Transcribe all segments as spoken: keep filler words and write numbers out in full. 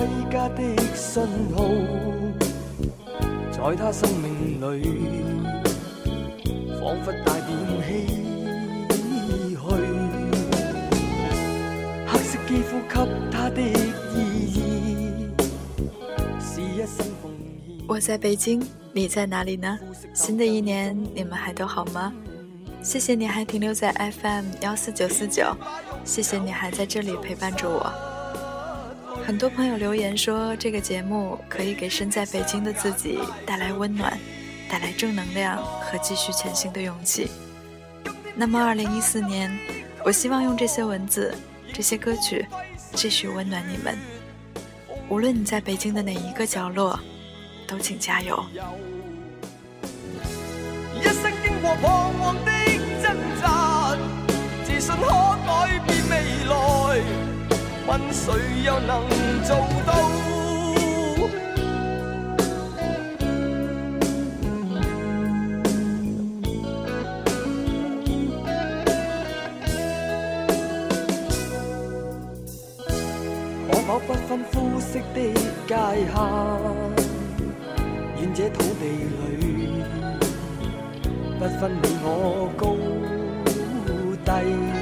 家的信号，在他生命里仿佛带点唏嘘，黑色肌肤给他的意义是一生奉献。 我在北京，你在哪里呢？新的一年你们还都好吗？谢谢你还停留在 F M 一四九四九，谢谢你还在这里陪伴着我。很多朋友留言说这个节目可以给身在北京的自己带来温暖，带来正能量和继续前行的勇气。那么二零一四年，我希望用这些文字，这些歌曲继续温暖你们。无论你在北京的哪一个角落，都请加油。 一生經過彷徨的掙扎，自信可改變未來，問誰又能做到？可否不分膚色的界限，願這土地裏不分你我高低，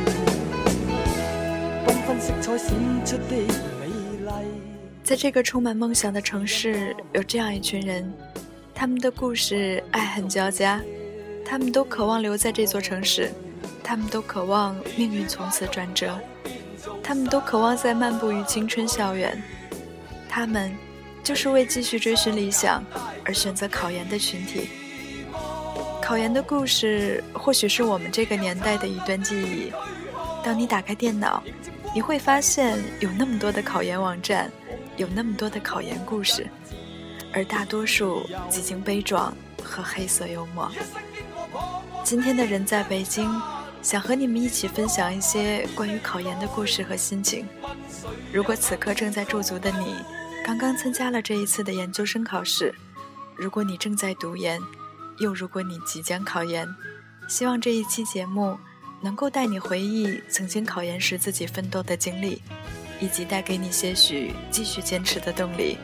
繽紛色彩閃出的美麗。 在这个充滿夢想的城市，有這樣一群人，他們的故事愛恨交加，他們都渴望留在這座城市，他們都渴望命運從此轉折，他們都渴望在漫步於青春校園，他們就是為繼續追尋理想而選擇考研的群體。考研的故事或許是我們這個年代的一段記憶。當你打開電腦，你會發現有那麼多的考研網站，有那麼多的考研故事，而大多數幾經悲壯和黑色幽默。今天的人在北京，想和你們一起分享一些關於考研的故事和心情。如果此刻正在駐足的你剛剛參加了這一次的研究生考試，如果你正在讀研，又如果你即將考研，希望這一期節目能夠帶你回憶曾經考研時自己奮鬥的經歷，以及帶給你些許繼續堅持的動力。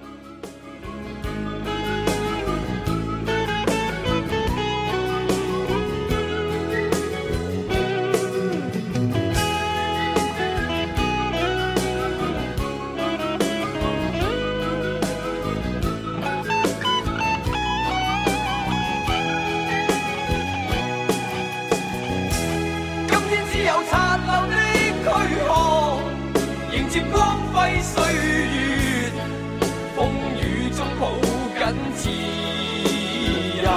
光輝歲月，風雨中抱緊自由。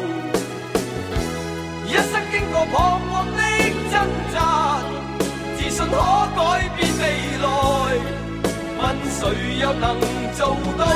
一生經過彷徨的掙扎，自信可改變未來，問誰又能做到？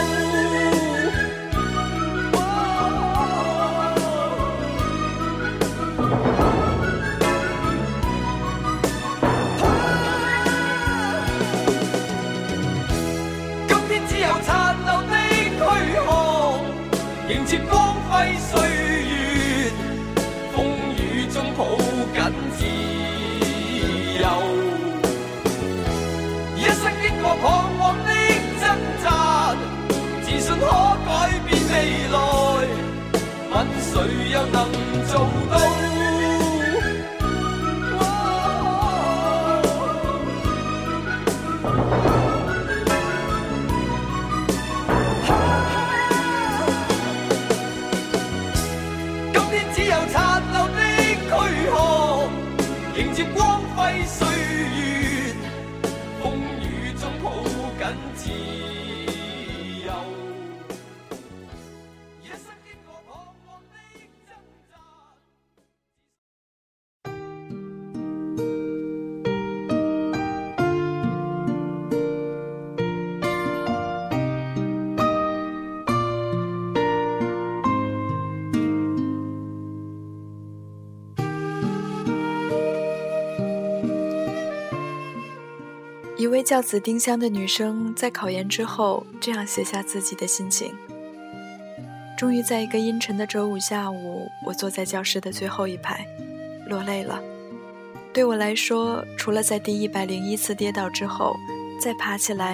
迎接光輝歲月，風雨中抱緊自由。一生經過彷徨的掙扎，自信可改變未來，問誰又能做到？迎接光輝歲月，風雨中抱緊自由。一生經過彷徨的掙扎。 一位叫紫丁香的女生在考研之后这样写下自己的心情：终于在一个阴沉的周五下午，我坐在教室的最后一排，落泪了。对我来说，除了在第一百零一次跌倒之后再爬起来，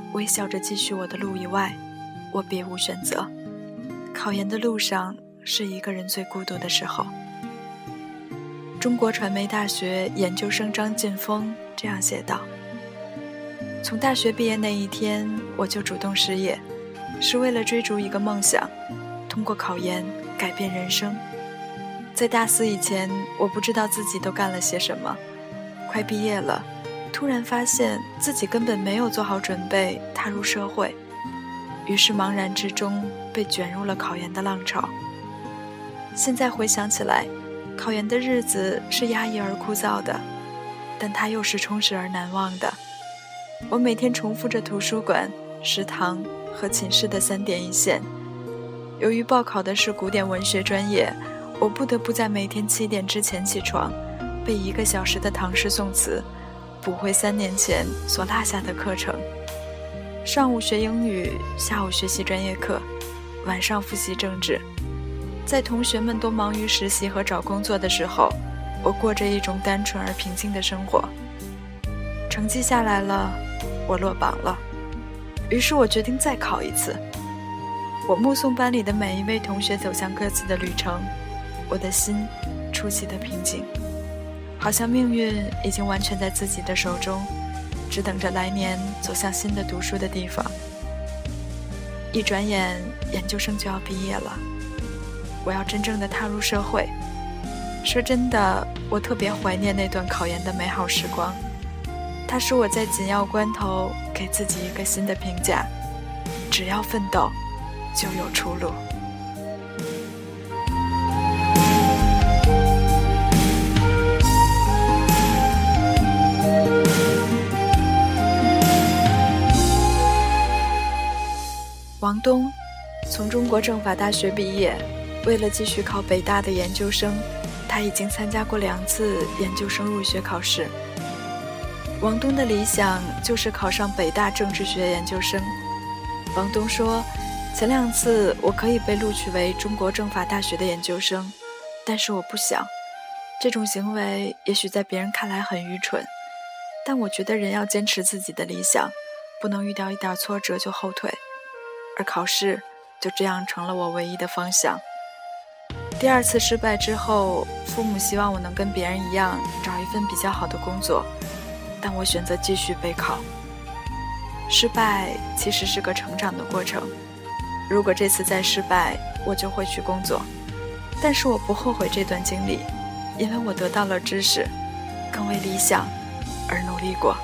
微笑着继续我的路以外，我别无选择。考研的路上是一个人最孤独的时候。中国传媒大学研究生张晋峰这样写道：从大学毕业那一天，我就主动失业，是为了追逐一个梦想，通过考研改变人生。在大四以前，我不知道自己都干了些什么，快毕业了，突然发现自己根本没有做好准备踏入社会，于是茫然之中被卷入了考研的浪潮。现在回想起来，考研的日子是压抑而枯燥的，但它又是充实而难忘的。我每天重复着图书馆、食堂和寝室的三点一线。由于报考的是古典文学专业，我不得不在每天七点之前起床，背一个小时的唐诗宋词，补回三年前所落下的课程。上午学英语，下午学习专业课，晚上复习政治。在同学们都忙于实习和找工作的时候，我过着一种单纯而平静的生活。成绩下来了，我落榜了，于是我决定再考一次。我目送班里的每一位同学走向各自的旅程，我的心出奇的平静，好像命运已经完全在自己的手中，只等着来年走向新的读书的地方。一转眼，研究生就要毕业了，我要真正的踏入社会。说真的，我特别怀念那段考研的美好时光，它是我在紧要关头给自己一个新的评价：只要奋斗，就有出路。王东从中国政法大学毕业，为了继续考北大的研究生，他已经参加过两次研究生入学考试。王东的理想就是考上北大政治学研究生。王东说，前两次我可以被录取为中国政法大学的研究生，但是我不想。这种行为也许在别人看来很愚蠢，但我觉得人要坚持自己的理想，不能遇到一点挫折就后退。而考试就这样成了我唯一的方向。第二次失败之后，父母希望我能跟别人一样找一份比较好的工作，但我选择继续备考。失败其实是个成长的过程，如果这次再失败，我就会去工作，但是我不后悔这段经历，因为我得到了知识，更为理想而努力过。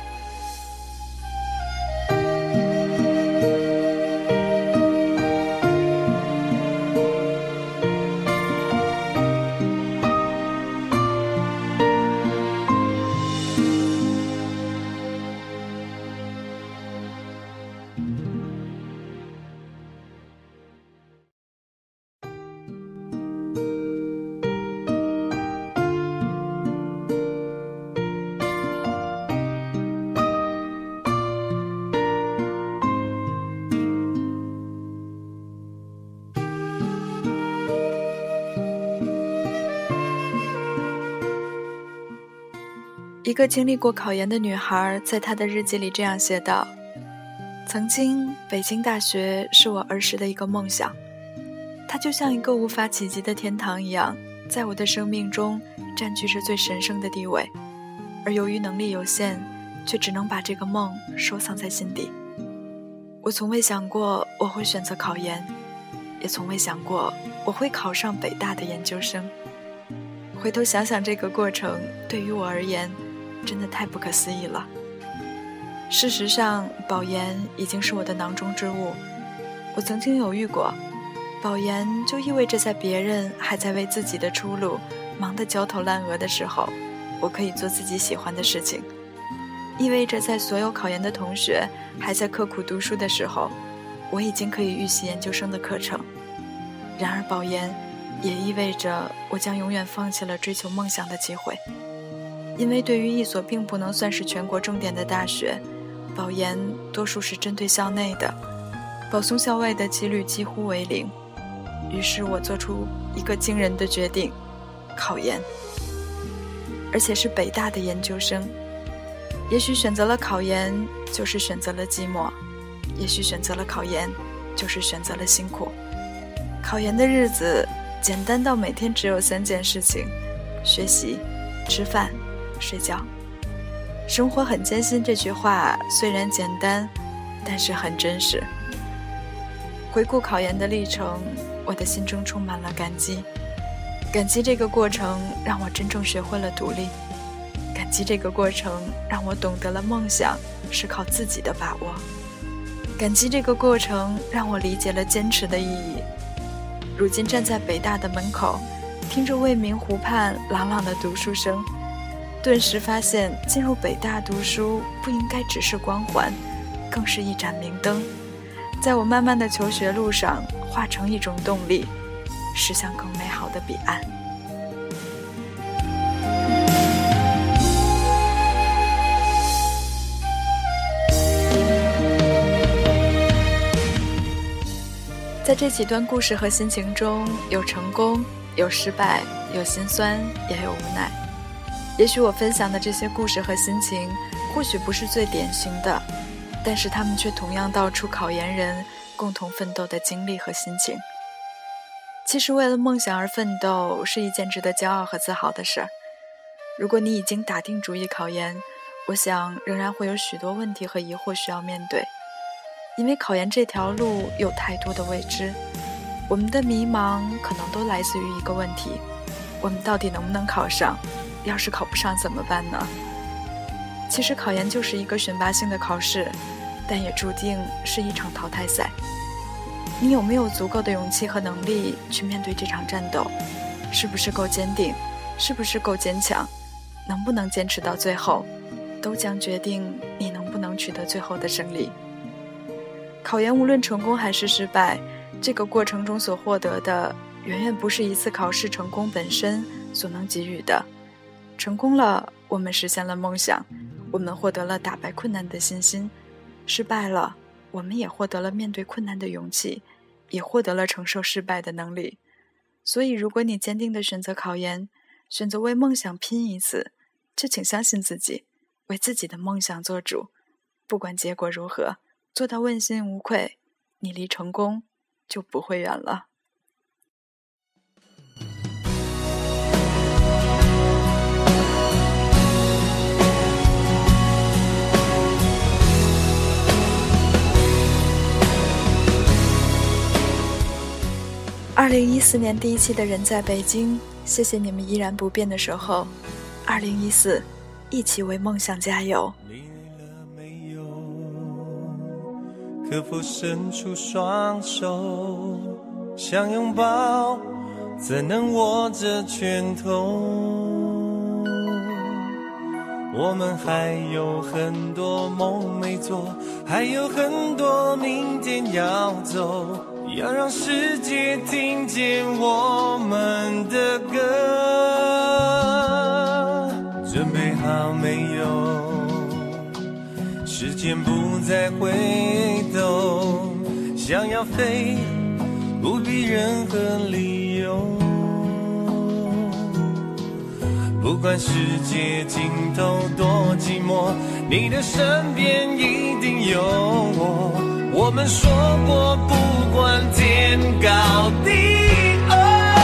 一个经历过考研的女孩在她的日记里这样写道：曾经北京大学是我儿时的一个梦想，它就像一个无法企及的天堂一样，在我的生命中占据着最神圣的地位，而由于能力有限，却只能把这个梦收藏在心底。我从未想过我会选择考研，也从未想过我会考上北大的研究生。回头想想这个过程，对于我而言真的太不可思议了。事实上，保研已经是我的囊中之物。我曾经犹豫过，保研就意味着在别人还在为自己的出路忙得焦头烂额的时候，我可以做自己喜欢的事情，意味着在所有考研的同学还在刻苦读书的时候，我已经可以预习研究生的课程。然而保研也意味着我将永远放弃了追求梦想的机会，因为对于一所并不能算是全国重点的大学，保研多数是针对校内的，保送校外的几率几乎为零。于是我做出一个惊人的决定，考研，而且是北大的研究生。 也许选择了考研，就是选择了寂寞；也许选择了考研，就是选择了辛苦。考研的日子简单到每天只有三件事情：学习、吃饭、睡觉。生活很艰辛这句话虽然简单，但是很真实。回顾考研的历程，我的心中充满了感激。感激这个过程让我真正学会了独立，感激这个过程让我懂得了梦想是靠自己的把握，感激这个过程让我理解了坚持的意义。如今站在北大的门口，听着未名湖畔朗朗的读书声，顿时发现进入北大读书不应该只是光环，更是一盏明灯，在我漫漫的求学路上化成一种动力，驶向更美好的彼岸。在这几段故事和心情中，有成功，有失败，有心酸，也有无奈。也许我分享的这些故事和心情或许不是最典型的，但是他们却同样道出考研人共同奋斗的经历和心情。其实为了梦想而奋斗是一件值得骄傲和自豪的事儿。如果你已经打定主意考研，我想仍然会有许多问题和疑惑需要面对，因为考研这条路有太多的未知。我们的迷茫可能都来自于一个问题：我们到底能不能考上？要是考不上怎么办呢？其实考研就是一个选拔性的考试，但也注定是一场淘汰赛。你有没有足够的勇气和能力去面对这场战斗？是不是够坚定？是不是够坚强？能不能坚持到最后，都将决定你能不能取得最后的胜利。考研无论成功还是失败，这个过程中所获得的远远不是一次考试成功本身所能给予的。成功了，我们实现了梦想，我们获得了打败困难的信心；失败了，我们也获得了面对困难的勇气，也获得了承受失败的能力。所以如果你坚定地选择考研，选择为梦想拼一次，就请相信自己，为自己的梦想做主。不管结果如何，做到问心无愧，你离成功就不会远了。二零一四年第一期的人在北京，谢谢你们依然不变的守候。二零一四，一起为梦想加油。 累了没有？可否伸出双手，想拥抱，怎能握着拳头？我们还有很多梦没做，还有很多明天要走。要让世界听见我们的歌，准备好没有？时间不再回头，想要飞，不必任何理由。不管世界尽头多寂寞，你的身边一定有我。我们说过不管天高地厚，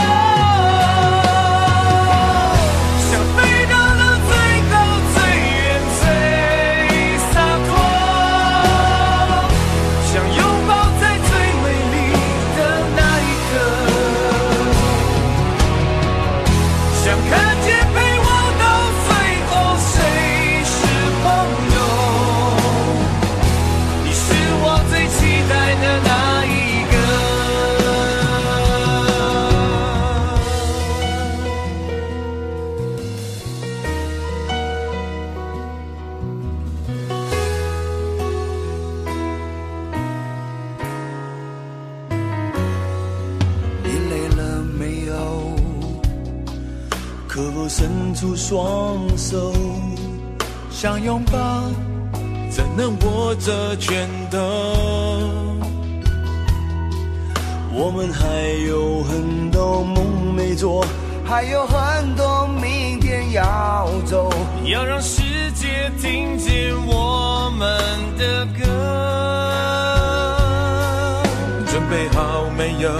想飞到了最高最远最洒脱，想拥抱在最美丽的那一刻，想看见陪我到最后谁是朋友，你是我最期待的那一个。 你累了没有？可否伸出双手，想拥抱，怎能握着拳头？我们还有很多梦没做， 还有很多明天要走， 要让世界听见我们的歌。 准备好没有？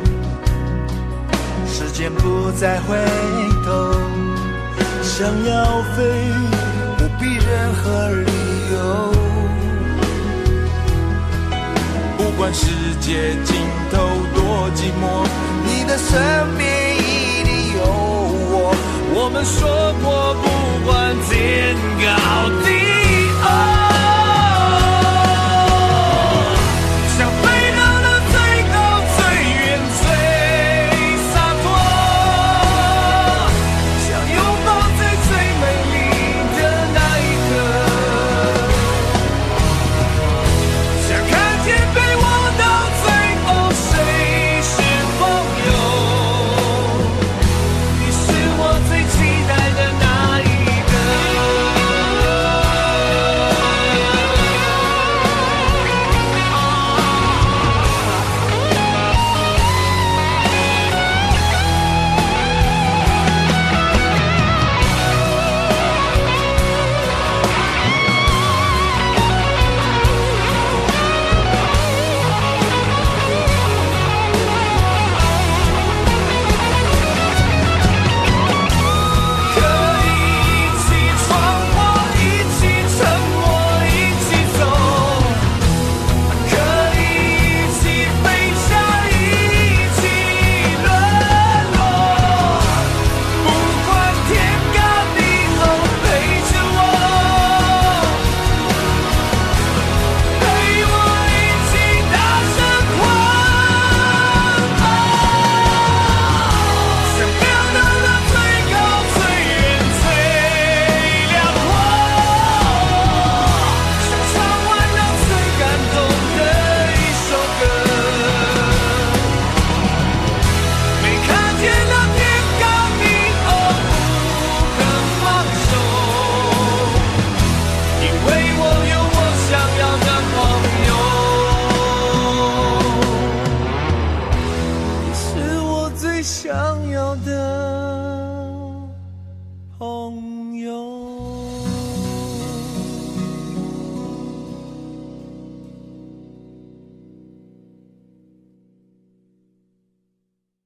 时间不再回头，想要飞，不必任何理由。不管世界尽头多寂寞， 你的身边一定有我。 我们说过不管天高地厚。